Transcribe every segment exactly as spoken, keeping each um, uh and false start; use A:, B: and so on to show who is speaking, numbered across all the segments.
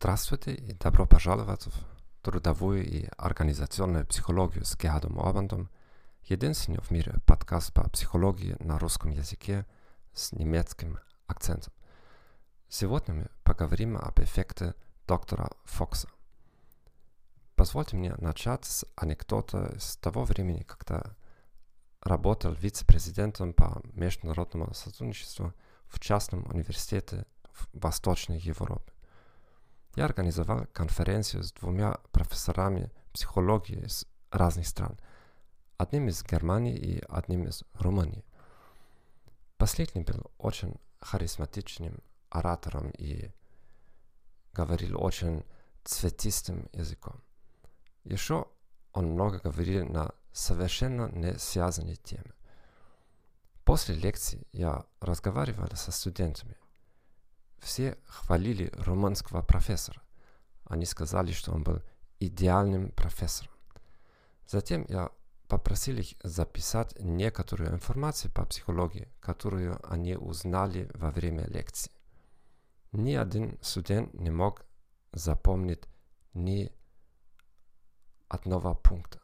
A: Здравствуйте и добро пожаловать в трудовую и организационную психологию с Герхардом Орбандом, единственный в мире подкаст по психологии на русском языке с немецким акцентом. Сегодня мы поговорим об эффекте доктора Фокса. Позвольте мне начать с анекдота с того времени, когда работал вице-президентом по международному сотрудничеству в частном университете в Восточной Европе. Я организовал конференцию с двумя профессорами психологии из разных стран, одним из Германии и одним из Румынии. Последний был очень харизматичным оратором и говорил очень цветистым языком. Еще он много говорил на совершенно не связанные темы. После лекции я разговаривал со студентами. Все хвалили румынского профессора. Они сказали, что он был идеальным профессором. Затем я попросил их записать некоторую информацию по психологии, которую они узнали во время лекции. Ни один студент не мог запомнить ни одного пункта.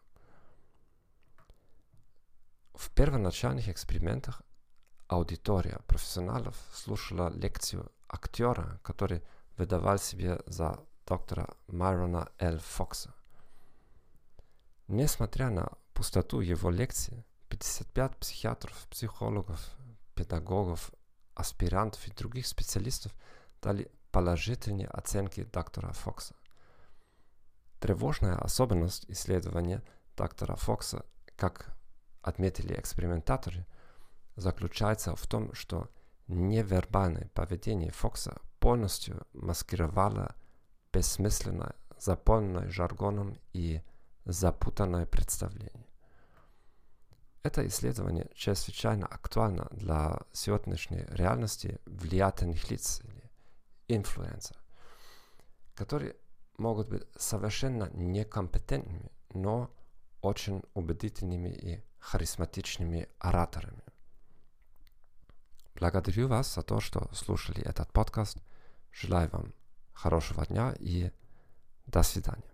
A: В первоначальных экспериментах аудитория профессионалов слушала лекцию актера, который выдавал себе за доктора Майрона Л. Фокса. Несмотря на пустоту его лекции, пятьдесят пять психиатров, психологов, педагогов, аспирантов и других специалистов дали положительные оценки доктора Фокса. Тревожная особенность исследования доктора Фокса, как отметили экспериментаторы, заключается в том, что невербальное поведение Фокса полностью маскировало бессмысленное, заполненное жаргоном и запутанное представление. Это исследование чрезвычайно актуально для сегодняшней реальности влиятельных лиц или инфлюенсеров, которые могут быть совершенно некомпетентными, но очень убедительными и харизматичными ораторами. Благодарю вас за то, что слушали этот подкаст. Желаю вам хорошего дня и до свидания.